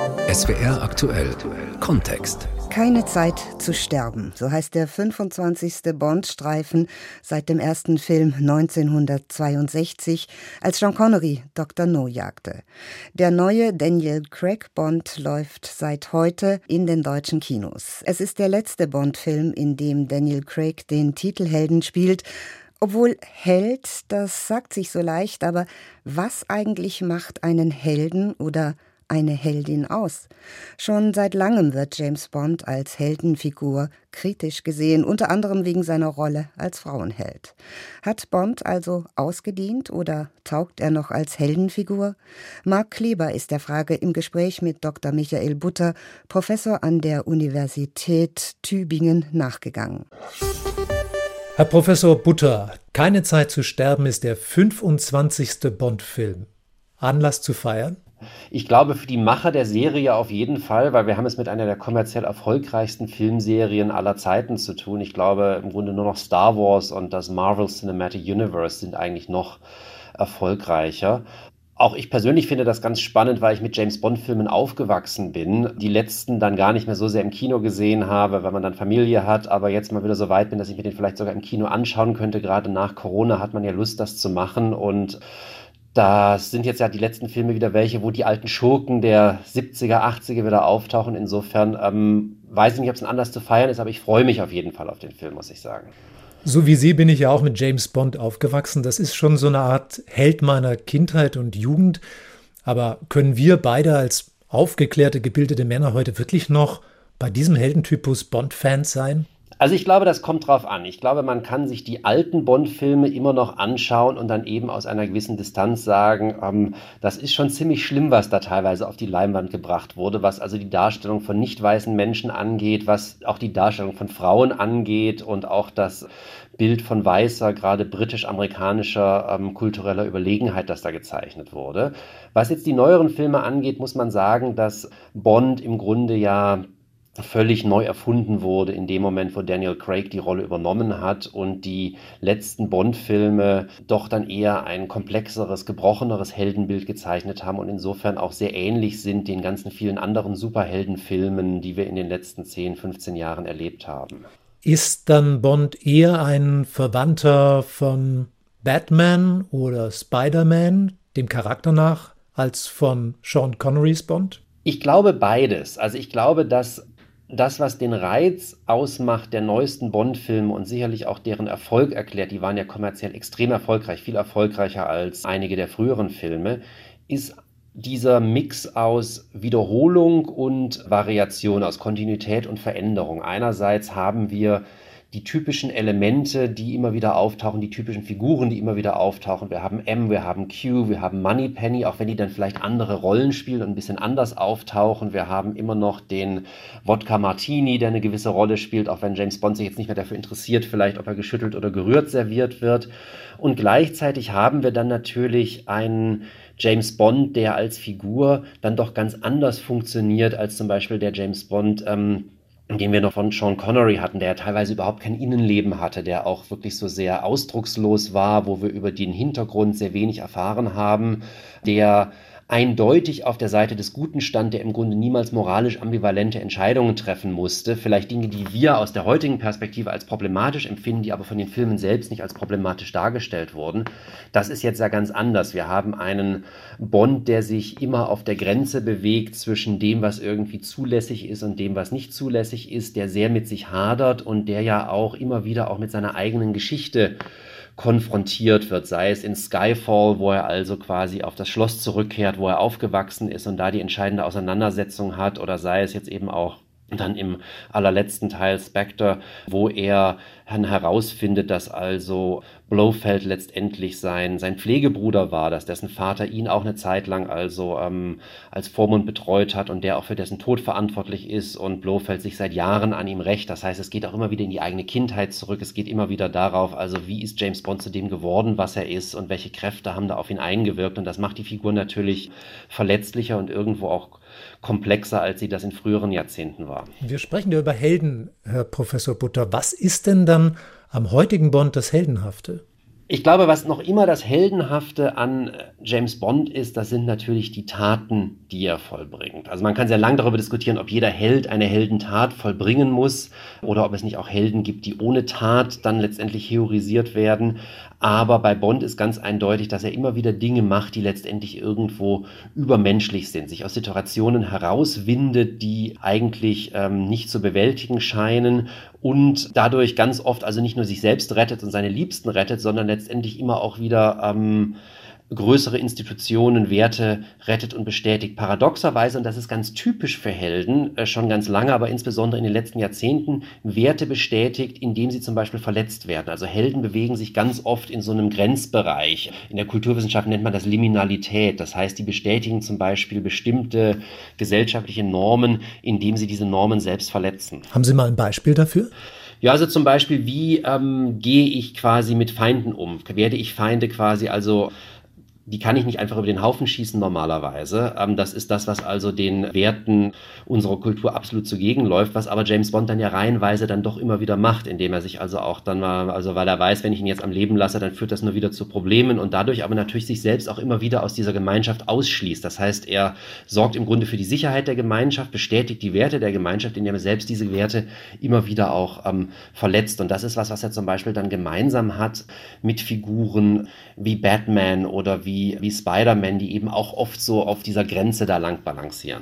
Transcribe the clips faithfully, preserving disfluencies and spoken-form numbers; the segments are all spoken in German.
S W R aktuell Kontext. Keine Zeit zu sterben, so heißt der fünfundzwanzigste Bond-Streifen seit dem ersten Film neunzehnhundertzweiundsechzig, als Sean Connery Doktor No jagte. Der neue Daniel Craig Bond läuft seit heute in den deutschen Kinos. Es ist der letzte Bond-Film, in dem Daniel Craig den Titelhelden spielt. Obwohl Held, das sagt sich so leicht, aber was eigentlich macht einen Helden oder eine Heldin aus? Schon seit langem wird James Bond als Heldenfigur kritisch gesehen, unter anderem wegen seiner Rolle als Frauenheld. Hat Bond also ausgedient oder taugt er noch als Heldenfigur? Marc Kleber ist der Frage im Gespräch mit Doktor Michael Butter, Professor an der Universität Tübingen, nachgegangen. Herr Professor Butter, Keine Zeit zu sterben ist der fünfundzwanzigste Bond-Film. Anlass zu feiern? Ich glaube, für die Macher der Serie auf jeden Fall, weil wir haben es mit einer der kommerziell erfolgreichsten Filmserien aller Zeiten zu tun. Ich glaube, im Grunde nur noch Star Wars und das Marvel Cinematic Universe sind eigentlich noch erfolgreicher. Auch ich persönlich finde das ganz spannend, weil ich mit James-Bond-Filmen aufgewachsen bin, die letzten dann gar nicht mehr so sehr im Kino gesehen habe, weil man dann Familie hat, aber jetzt mal wieder so weit bin, dass ich mir den vielleicht sogar im Kino anschauen könnte. Gerade nach Corona hat man ja Lust, das zu machen, und das sind jetzt ja die letzten Filme wieder welche, wo die alten Schurken der siebziger, achtziger wieder auftauchen. Insofern ähm, weiß ich nicht, ob es ein Anlass zu feiern ist, aber ich freue mich auf jeden Fall auf den Film, muss ich sagen. So wie Sie bin ich ja auch mit James Bond aufgewachsen. Das ist schon so eine Art Held meiner Kindheit und Jugend. Aber können wir beide als aufgeklärte, gebildete Männer heute wirklich noch bei diesem Heldentypus Bond-Fans sein? Also ich glaube, das kommt drauf an. Ich glaube, man kann sich die alten Bond-Filme immer noch anschauen und dann eben aus einer gewissen Distanz sagen, ähm, das ist schon ziemlich schlimm, was da teilweise auf die Leinwand gebracht wurde, was also die Darstellung von nicht weißen Menschen angeht, was auch die Darstellung von Frauen angeht und auch das Bild von weißer, gerade britisch-amerikanischer ähm, kultureller Überlegenheit, das da gezeichnet wurde. Was jetzt die neueren Filme angeht, muss man sagen, dass Bond im Grunde ja völlig neu erfunden wurde in dem Moment, wo Daniel Craig die Rolle übernommen hat und die letzten Bond-Filme doch dann eher ein komplexeres, gebrocheneres Heldenbild gezeichnet haben und insofern auch sehr ähnlich sind den ganzen vielen anderen Superheldenfilmen, die wir in den letzten zehn, fünfzehn Jahren erlebt haben. Ist dann Bond eher ein Verwandter von Batman oder Spider-Man, dem Charakter nach, als von Sean Connerys Bond? Ich glaube beides. Also ich glaube, dass das, was den Reiz ausmacht der neuesten Bond-Filme und sicherlich auch deren Erfolg erklärt, die waren ja kommerziell extrem erfolgreich, viel erfolgreicher als einige der früheren Filme, ist dieser Mix aus Wiederholung und Variation, aus Kontinuität und Veränderung. Einerseits haben wir die typischen Elemente, die immer wieder auftauchen, die typischen Figuren, die immer wieder auftauchen. Wir haben M, wir haben Q, wir haben Moneypenny, auch wenn die dann vielleicht andere Rollen spielen und ein bisschen anders auftauchen. Wir haben immer noch den Wodka Martini, der eine gewisse Rolle spielt, auch wenn James Bond sich jetzt nicht mehr dafür interessiert, vielleicht ob er geschüttelt oder gerührt serviert wird. Und gleichzeitig haben wir dann natürlich einen James Bond, der als Figur dann doch ganz anders funktioniert als zum Beispiel der James Bond, ähm, den wir noch von Sean Connery hatten, der ja teilweise überhaupt kein Innenleben hatte, der auch wirklich so sehr ausdruckslos war, wo wir über den Hintergrund sehr wenig erfahren haben, der eindeutig auf der Seite des Guten stand, der im Grunde niemals moralisch ambivalente Entscheidungen treffen musste. Vielleicht Dinge, die wir aus der heutigen Perspektive als problematisch empfinden, die aber von den Filmen selbst nicht als problematisch dargestellt wurden. Das ist jetzt ja ganz anders. Wir haben einen Bond, der sich immer auf der Grenze bewegt zwischen dem, was irgendwie zulässig ist und dem, was nicht zulässig ist, der sehr mit sich hadert und der ja auch immer wieder auch mit seiner eigenen Geschichte konfrontiert wird, sei es in Skyfall, wo er also quasi auf das Schloss zurückkehrt, wo er aufgewachsen ist und da die entscheidende Auseinandersetzung hat, oder sei es jetzt eben auch dann im allerletzten Teil Spectre, wo er dann herausfindet, dass also Blofeld letztendlich sein, sein Pflegebruder war, dass dessen Vater ihn auch eine Zeit lang also ähm, als Vormund betreut hat und der auch für dessen Tod verantwortlich ist und Blofeld sich seit Jahren an ihm rächt. Das heißt, es geht auch immer wieder in die eigene Kindheit zurück, es geht immer wieder darauf, also wie ist James Bond zu dem geworden, was er ist und welche Kräfte haben da auf ihn eingewirkt, und das macht die Figur natürlich verletzlicher und irgendwo auch komplexer, als sie das in früheren Jahrzehnten war. Wir sprechen ja über Helden, Herr Professor Butter. Was ist denn dann am heutigen Bond das Heldenhafte? Ich glaube, was noch immer das Heldenhafte an James Bond ist, das sind natürlich die Taten, die er vollbringt. Also man kann sehr lange darüber diskutieren, ob jeder Held eine Heldentat vollbringen muss oder ob es nicht auch Helden gibt, die ohne Tat dann letztendlich heroisiert werden. Aber bei Bond ist ganz eindeutig, dass er immer wieder Dinge macht, die letztendlich irgendwo übermenschlich sind, sich aus Situationen herauswindet, die eigentlich ähm, nicht zu bewältigen scheinen und dadurch ganz oft also nicht nur sich selbst rettet und seine Liebsten rettet, sondern letztendlich immer auch wieder ähm, größere Institutionen, Werte rettet und bestätigt. Paradoxerweise, und das ist ganz typisch für Helden, äh, schon ganz lange, aber insbesondere in den letzten Jahrzehnten, Werte bestätigt, indem sie zum Beispiel verletzt werden. Also Helden bewegen sich ganz oft in so einem Grenzbereich. In der Kulturwissenschaft nennt man das Liminalität. Das heißt, die bestätigen zum Beispiel bestimmte gesellschaftliche Normen, indem sie diese Normen selbst verletzen. Haben Sie mal ein Beispiel dafür? Ja, also zum Beispiel, wie ähm, gehe ich quasi mit Feinden um? Werde ich Feinde quasi also die kann ich nicht einfach über den Haufen schießen normalerweise. Ähm, das ist das, was also den Werten unserer Kultur absolut zugegen läuft, was aber James Bond dann ja reihenweise dann doch immer wieder macht, indem er sich also auch dann mal, also weil er weiß, wenn ich ihn jetzt am Leben lasse, dann führt das nur wieder zu Problemen und dadurch aber natürlich sich selbst auch immer wieder aus dieser Gemeinschaft ausschließt. Das heißt, er sorgt im Grunde für die Sicherheit der Gemeinschaft, bestätigt die Werte der Gemeinschaft, indem er selbst diese Werte immer wieder auch ähm, verletzt. Und das ist was, was er zum Beispiel dann gemeinsam hat mit Figuren wie Batman oder wie wie Spider-Man, die eben auch oft so auf dieser Grenze da lang balancieren.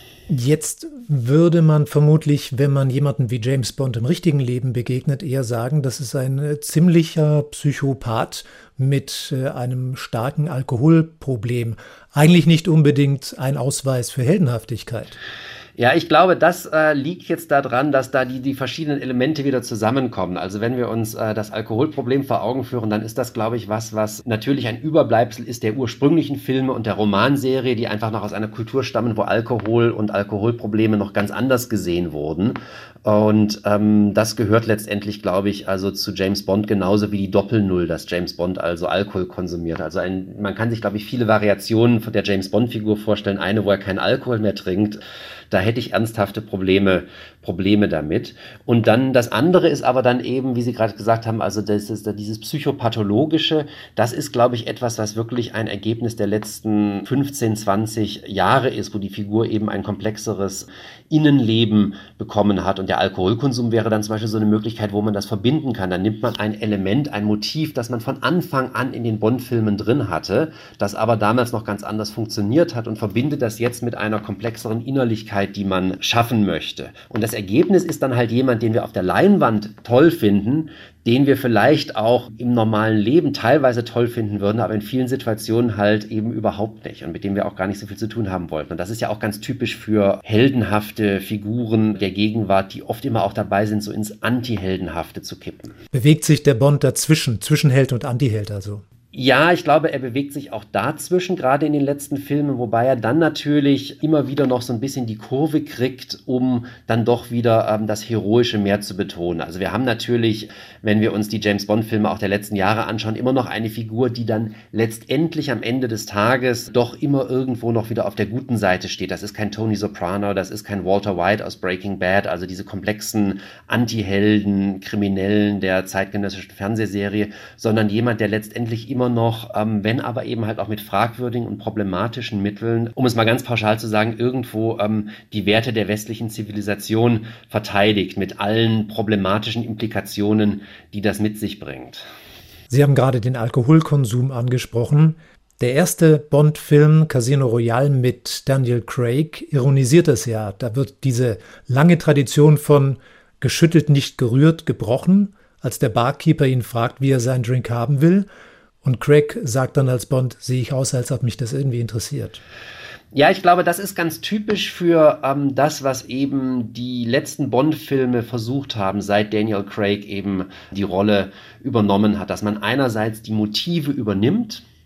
Jetzt würde man vermutlich, wenn man jemanden wie James Bond im richtigen Leben begegnet, eher sagen, das ist ein ziemlicher Psychopath mit einem starken Alkoholproblem. Eigentlich nicht unbedingt ein Ausweis für Heldenhaftigkeit. Ja, ich glaube, das äh, liegt jetzt daran, dass da die, die verschiedenen Elemente wieder zusammenkommen. Also wenn wir uns äh, das Alkoholproblem vor Augen führen, dann ist das, glaube ich, was, was natürlich ein Überbleibsel ist der ursprünglichen Filme und der Romanserie, die einfach noch aus einer Kultur stammen, wo Alkohol und Alkoholprobleme noch ganz anders gesehen wurden. Und ähm, das gehört letztendlich, glaube ich, also zu James Bond genauso wie die Doppelnull, dass James Bond also Alkohol konsumiert. Also ein, man kann sich, glaube ich, viele Variationen von der James Bond-Figur vorstellen. Eine, wo er keinen Alkohol mehr trinkt. Da hätte ich ernsthafte Probleme, Probleme damit. Und dann das andere ist aber dann eben, wie Sie gerade gesagt haben, also das ist dieses Psychopathologische, das ist, glaube ich, etwas, was wirklich ein Ergebnis der letzten fünfzehn, zwanzig Jahre ist, wo die Figur eben ein komplexeres Innenleben bekommen hat. Und der Alkoholkonsum wäre dann zum Beispiel so eine Möglichkeit, wo man das verbinden kann. Dann nimmt man ein Element, ein Motiv, das man von Anfang an in den Bond-Filmen drin hatte, das aber damals noch ganz anders funktioniert hat und verbindet das jetzt mit einer komplexeren Innerlichkeit, die man schaffen möchte. Und das Ergebnis ist dann halt jemand, den wir auf der Leinwand toll finden, den wir vielleicht auch im normalen Leben teilweise toll finden würden, aber in vielen Situationen halt eben überhaupt nicht und mit dem wir auch gar nicht so viel zu tun haben wollten. Und das ist ja auch ganz typisch für heldenhafte Figuren der Gegenwart, die oft immer auch dabei sind, so ins Anti-Heldenhafte zu kippen. Bewegt sich der Bond dazwischen, zwischen Held und Antiheld also? Ja, ich glaube, er bewegt sich auch dazwischen, gerade in den letzten Filmen, wobei er dann natürlich immer wieder noch so ein bisschen die Kurve kriegt, um dann doch wieder ähm, das Heroische mehr zu betonen. Also wir haben natürlich, wenn wir uns die James-Bond-Filme auch der letzten Jahre anschauen, immer noch eine Figur, die dann letztendlich am Ende des Tages doch immer irgendwo noch wieder auf der guten Seite steht. Das ist kein Tony Soprano, das ist kein Walter White aus Breaking Bad, also diese komplexen Anti-Helden, Kriminellen der zeitgenössischen Fernsehserie, sondern jemand, der letztendlich immer noch, ähm, wenn aber eben halt auch mit fragwürdigen und problematischen Mitteln, um es mal ganz pauschal zu sagen, irgendwo ähm, die Werte der westlichen Zivilisation verteidigt, mit allen problematischen Implikationen, die das mit sich bringt. Sie haben gerade den Alkoholkonsum angesprochen. Der erste Bond-Film Casino Royale mit Daniel Craig ironisiert es ja. Da wird diese lange Tradition von geschüttelt, nicht gerührt gebrochen, als der Barkeeper ihn fragt, wie er seinen Drink haben will. Und Craig sagt dann als Bond, sehe ich aus, als ob mich das irgendwie interessiert. Ja, ich glaube, das ist ganz typisch für ähm, das, was eben die letzten Bond-Filme versucht haben, seit Daniel Craig eben die Rolle übernommen hat. Dass man einerseits die Motive übernimmt,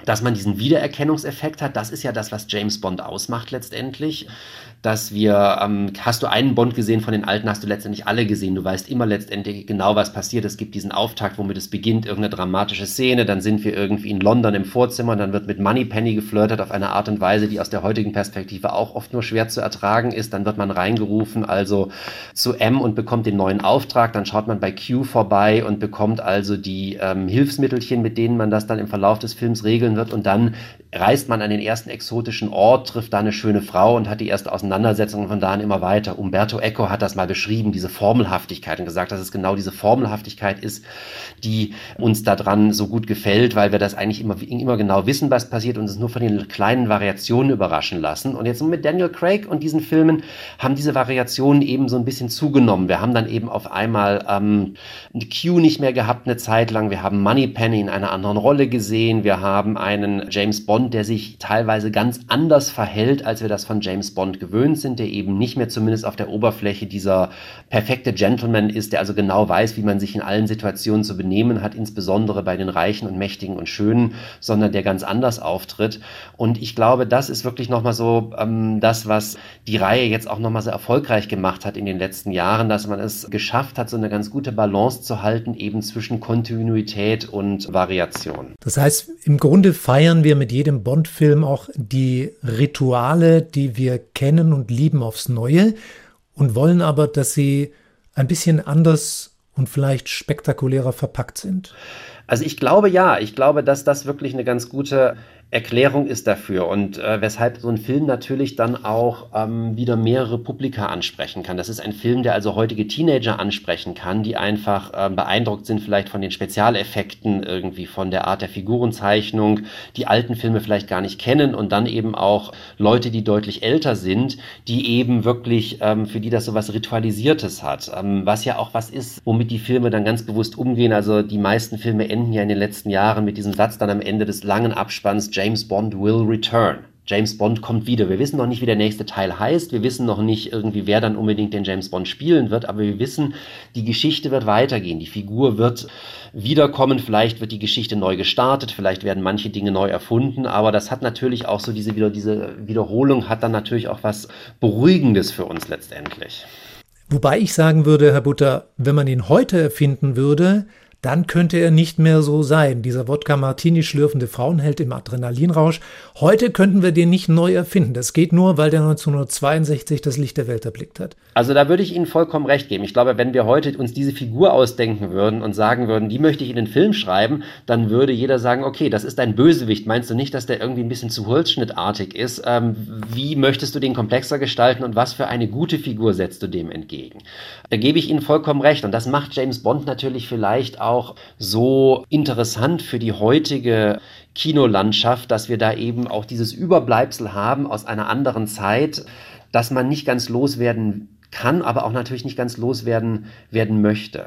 dass man diesen Wiedererkennungseffekt hat. Das ist ja das, was James Bond ausmacht letztendlich. Dass wir, ähm, hast du einen Bond gesehen von den alten, hast du letztendlich alle gesehen. Du weißt immer letztendlich genau, was passiert. Es gibt diesen Auftakt, womit es beginnt, irgendeine dramatische Szene. Dann sind wir irgendwie in London im Vorzimmer und dann wird mit Moneypenny geflirtet auf eine Art und Weise, die aus der heutigen Perspektive auch oft nur schwer zu ertragen ist. Dann wird man reingerufen, also zu M und bekommt den neuen Auftrag. Dann schaut man bei Q vorbei und bekommt also die ähm, Hilfsmittelchen, mit denen man das dann im Verlauf des Films regeln wird. Und dann reist man an den ersten exotischen Ort, trifft da eine schöne Frau und hat die erste Auseinandersetzung und von da an immer weiter. Umberto Eco hat das mal beschrieben, diese Formelhaftigkeit, und gesagt, dass es genau diese Formelhaftigkeit ist, die uns daran so gut gefällt, weil wir das eigentlich immer, immer genau wissen, was passiert und uns nur von den kleinen Variationen überraschen lassen. Und jetzt mit Daniel Craig und diesen Filmen haben diese Variationen eben so ein bisschen zugenommen. Wir haben dann eben auf einmal ähm, eine Q nicht mehr gehabt eine Zeit lang. Wir haben Moneypenny in einer anderen Rolle gesehen. Wir haben einen James Bond, der sich teilweise ganz anders verhält, als wir das von James Bond gewöhnt sind, der eben nicht mehr zumindest auf der Oberfläche dieser perfekte Gentleman ist, der also genau weiß, wie man sich in allen Situationen zu benehmen hat, insbesondere bei den Reichen und Mächtigen und Schönen, sondern der ganz anders auftritt. Und ich glaube, das ist wirklich nochmal so ähm, das, was die Reihe jetzt auch nochmal so erfolgreich gemacht hat in den letzten Jahren, dass man es geschafft hat, so eine ganz gute Balance zu halten, eben zwischen Kontinuität und Variation. Das heißt, im Grunde feiern wir mit jedem Bond-Film auch die Rituale, die wir kennen und lieben, aufs Neue und wollen aber, dass sie ein bisschen anders und vielleicht spektakulärer verpackt sind. Also ich glaube ja, ich glaube, dass das wirklich eine ganz gute Erklärung ist dafür und äh, weshalb so ein Film natürlich dann auch ähm, wieder mehrere Publika ansprechen kann. Das ist ein Film, der also heutige Teenager ansprechen kann, die einfach äh, beeindruckt sind vielleicht von den Spezialeffekten, irgendwie von der Art der Figurenzeichnung, die alten Filme vielleicht gar nicht kennen und dann eben auch Leute, die deutlich älter sind, die eben wirklich, ähm, für die das so was Ritualisiertes hat, ähm, was ja auch was ist, womit die Filme dann ganz bewusst umgehen. Also die meisten Filme enden ja in den letzten Jahren mit diesem Satz dann am Ende des langen Abspanns: James Bond will return. James Bond kommt wieder. Wir wissen noch nicht, wie der nächste Teil heißt. Wir wissen noch nicht irgendwie, wer dann unbedingt den James Bond spielen wird. Aber wir wissen, die Geschichte wird weitergehen. Die Figur wird wiederkommen. Vielleicht wird die Geschichte neu gestartet. Vielleicht werden manche Dinge neu erfunden. Aber das hat natürlich auch so diese, wieder, diese Wiederholung hat dann natürlich auch was Beruhigendes für uns letztendlich. Wobei ich sagen würde, Herr Butter, wenn man ihn heute erfinden würde, dann könnte er nicht mehr so sein. Dieser Wodka-Martini schlürfende Frauenheld im Adrenalinrausch. Heute könnten wir den nicht neu erfinden. Das geht nur, weil der neunzehnhundertzweiundsechzig das Licht der Welt erblickt hat. Also da würde ich Ihnen vollkommen recht geben. Ich glaube, wenn wir heute uns diese Figur ausdenken würden und sagen würden, die möchte ich in den Film schreiben, dann würde jeder sagen, okay, das ist ein Bösewicht. Meinst du nicht, dass der irgendwie ein bisschen zu holzschnittartig ist? Ähm, wie möchtest du den komplexer gestalten und was für eine gute Figur setzt du dem entgegen? Da gebe ich Ihnen vollkommen recht. Und das macht James Bond natürlich vielleicht auch auch so interessant für die heutige Kinolandschaft, dass wir da eben auch dieses Überbleibsel haben aus einer anderen Zeit, dass man nicht ganz loswerden kann, aber auch natürlich nicht ganz loswerden werden möchte.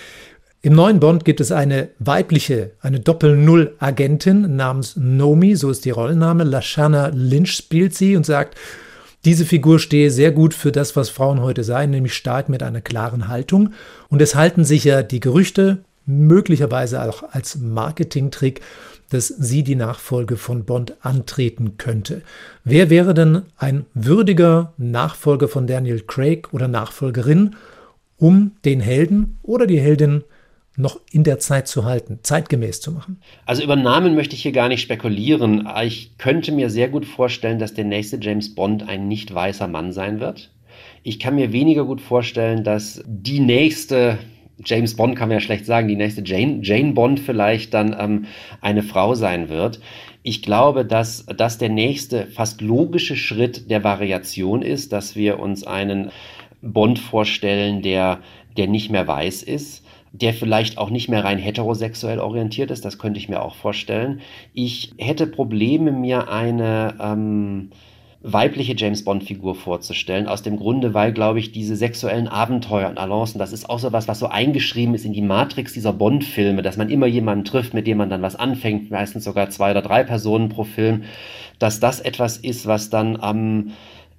Im neuen Bond gibt es eine weibliche, eine Doppel-Null-Agentin namens Nomi, so ist die Rollenname. Lashana Lynch spielt sie und sagt, diese Figur stehe sehr gut für das, was Frauen heute seien, nämlich stark mit einer klaren Haltung. Und es halten sich ja die Gerüchte, möglicherweise auch als Marketingtrick, dass sie die Nachfolge von Bond antreten könnte. Wer wäre denn ein würdiger Nachfolger von Daniel Craig oder Nachfolgerin, um den Helden oder die Heldin noch in der Zeit zu halten, zeitgemäß zu machen? Also über Namen möchte ich hier gar nicht spekulieren. Ich könnte mir sehr gut vorstellen, dass der nächste James Bond ein nicht weißer Mann sein wird. Ich kann mir weniger gut vorstellen, dass die nächste James Bond, kann man ja schlecht sagen, die nächste Jane, Jane Bond vielleicht dann ähm, eine Frau sein wird. Ich glaube, dass das der nächste fast logische Schritt der Variation ist, dass wir uns einen Bond vorstellen, der, der nicht mehr weiß ist, der vielleicht auch nicht mehr rein heterosexuell orientiert ist, das könnte ich mir auch vorstellen. Ich hätte Probleme, mir eine ähm, weibliche James-Bond-Figur vorzustellen, aus dem Grunde, weil, glaube ich, diese sexuellen Abenteuer und Avancen, das ist auch so was, was so eingeschrieben ist in die Matrix dieser Bond-Filme, dass man immer jemanden trifft, mit dem man dann was anfängt, meistens sogar zwei oder drei Personen pro Film, dass das etwas ist, was dann am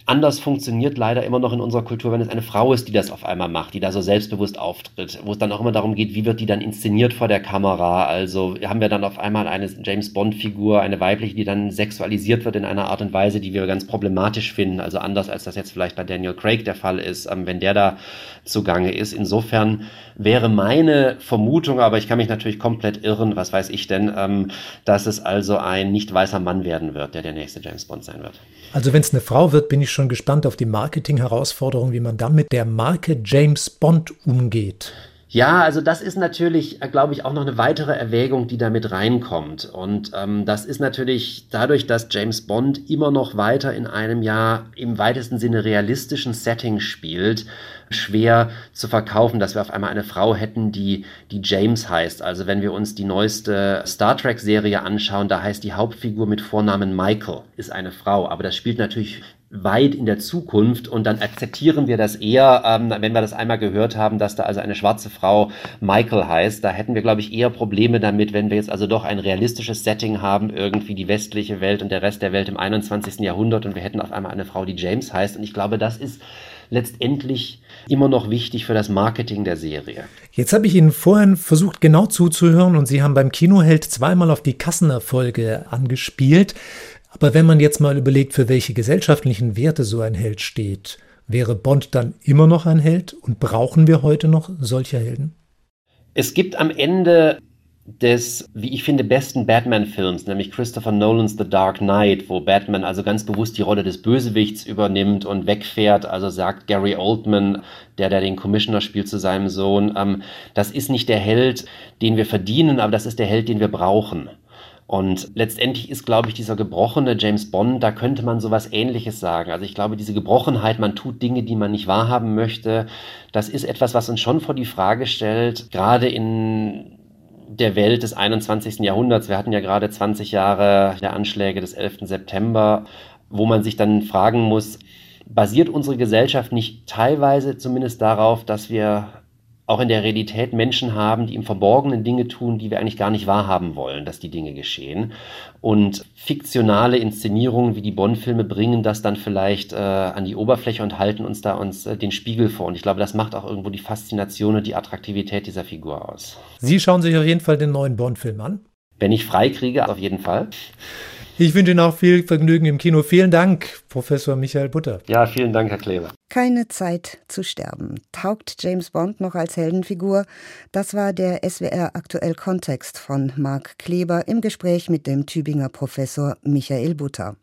anders funktioniert leider immer noch in unserer Kultur, wenn es eine Frau ist, die das auf einmal macht, die da so selbstbewusst auftritt, wo es dann auch immer darum geht, wie wird die dann inszeniert vor der Kamera. Also haben wir dann auf einmal eine James-Bond-Figur, eine weibliche, die dann sexualisiert wird in einer Art und Weise, die wir ganz problematisch finden. Also anders, als das jetzt vielleicht bei Daniel Craig der Fall ist, ähm, wenn der da zugange ist. Insofern wäre meine Vermutung, aber ich kann mich natürlich komplett irren, was weiß ich denn, ähm, dass es also ein nicht weißer Mann werden wird, der der nächste James Bond sein wird. Also wenn es eine Frau wird, bin ich schon gespannt auf die Marketing-Herausforderung, wie man dann mit der Marke James Bond umgeht. Ja, also das ist natürlich, glaube ich, auch noch eine weitere Erwägung, die da mit reinkommt. Und ähm, das ist natürlich dadurch, dass James Bond immer noch weiter in einem ja im weitesten Sinne realistischen Setting spielt, schwer zu verkaufen, dass wir auf einmal eine Frau hätten, die, die James heißt. Also wenn wir uns die neueste Star Trek-Serie anschauen, da heißt die Hauptfigur mit Vornamen Michael, ist eine Frau. Aber das spielt natürlich weit in der Zukunft und dann akzeptieren wir das eher, ähm, wenn wir das einmal gehört haben, dass da also eine schwarze Frau Michael heißt. Da hätten wir, glaube ich, eher Probleme damit, wenn wir jetzt also doch ein realistisches Setting haben, irgendwie die westliche Welt und der Rest der Welt im einundzwanzigsten Jahrhundert und wir hätten auf einmal eine Frau, die James heißt. Und ich glaube, das ist letztendlich immer noch wichtig für das Marketing der Serie. Jetzt habe ich Ihnen vorhin versucht, genau zuzuhören und Sie haben beim Kinoheld zweimal auf die Kassenerfolge angespielt. Aber wenn man jetzt mal überlegt, für welche gesellschaftlichen Werte so ein Held steht, wäre Bond dann immer noch ein Held und brauchen wir heute noch solche Helden? Es gibt am Ende des, wie ich finde, besten Batman-Films, nämlich Christopher Nolans The Dark Knight, wo Batman also ganz bewusst die Rolle des Bösewichts übernimmt und wegfährt, also sagt Gary Oldman, der, der den Commissioner spielt, zu seinem Sohn, ähm, das ist nicht der Held, den wir verdienen, aber das ist der Held, den wir brauchen. Und letztendlich ist, glaube ich, dieser gebrochene James Bond, da könnte man sowas Ähnliches sagen. Also ich glaube, diese Gebrochenheit, man tut Dinge, die man nicht wahrhaben möchte, das ist etwas, was uns schon vor die Frage stellt, gerade in der Welt des einundzwanzigsten Jahrhunderts. Wir hatten ja gerade zwanzig Jahre der Anschläge des elften September, wo man sich dann fragen muss, basiert unsere Gesellschaft nicht teilweise zumindest darauf, dass wir auch in der Realität Menschen haben, die im Verborgenen Dinge tun, die wir eigentlich gar nicht wahrhaben wollen, dass die Dinge geschehen. Und fiktionale Inszenierungen wie die Bond-Filme bringen das dann vielleicht äh, an die Oberfläche und halten uns da uns äh, den Spiegel vor. Und ich glaube, das macht auch irgendwo die Faszination und die Attraktivität dieser Figur aus. Sie schauen sich auf jeden Fall den neuen Bond-Film an? Wenn ich frei kriege, auf jeden Fall. Ich wünsche Ihnen auch viel Vergnügen im Kino. Vielen Dank, Professor Michael Butter. Ja, vielen Dank, Herr Kleber. Keine Zeit zu sterben. Taugt James Bond noch als Heldenfigur? Das war der S W R Aktuell Kontext von Marc Kleber im Gespräch mit dem Tübinger Professor Michael Butter.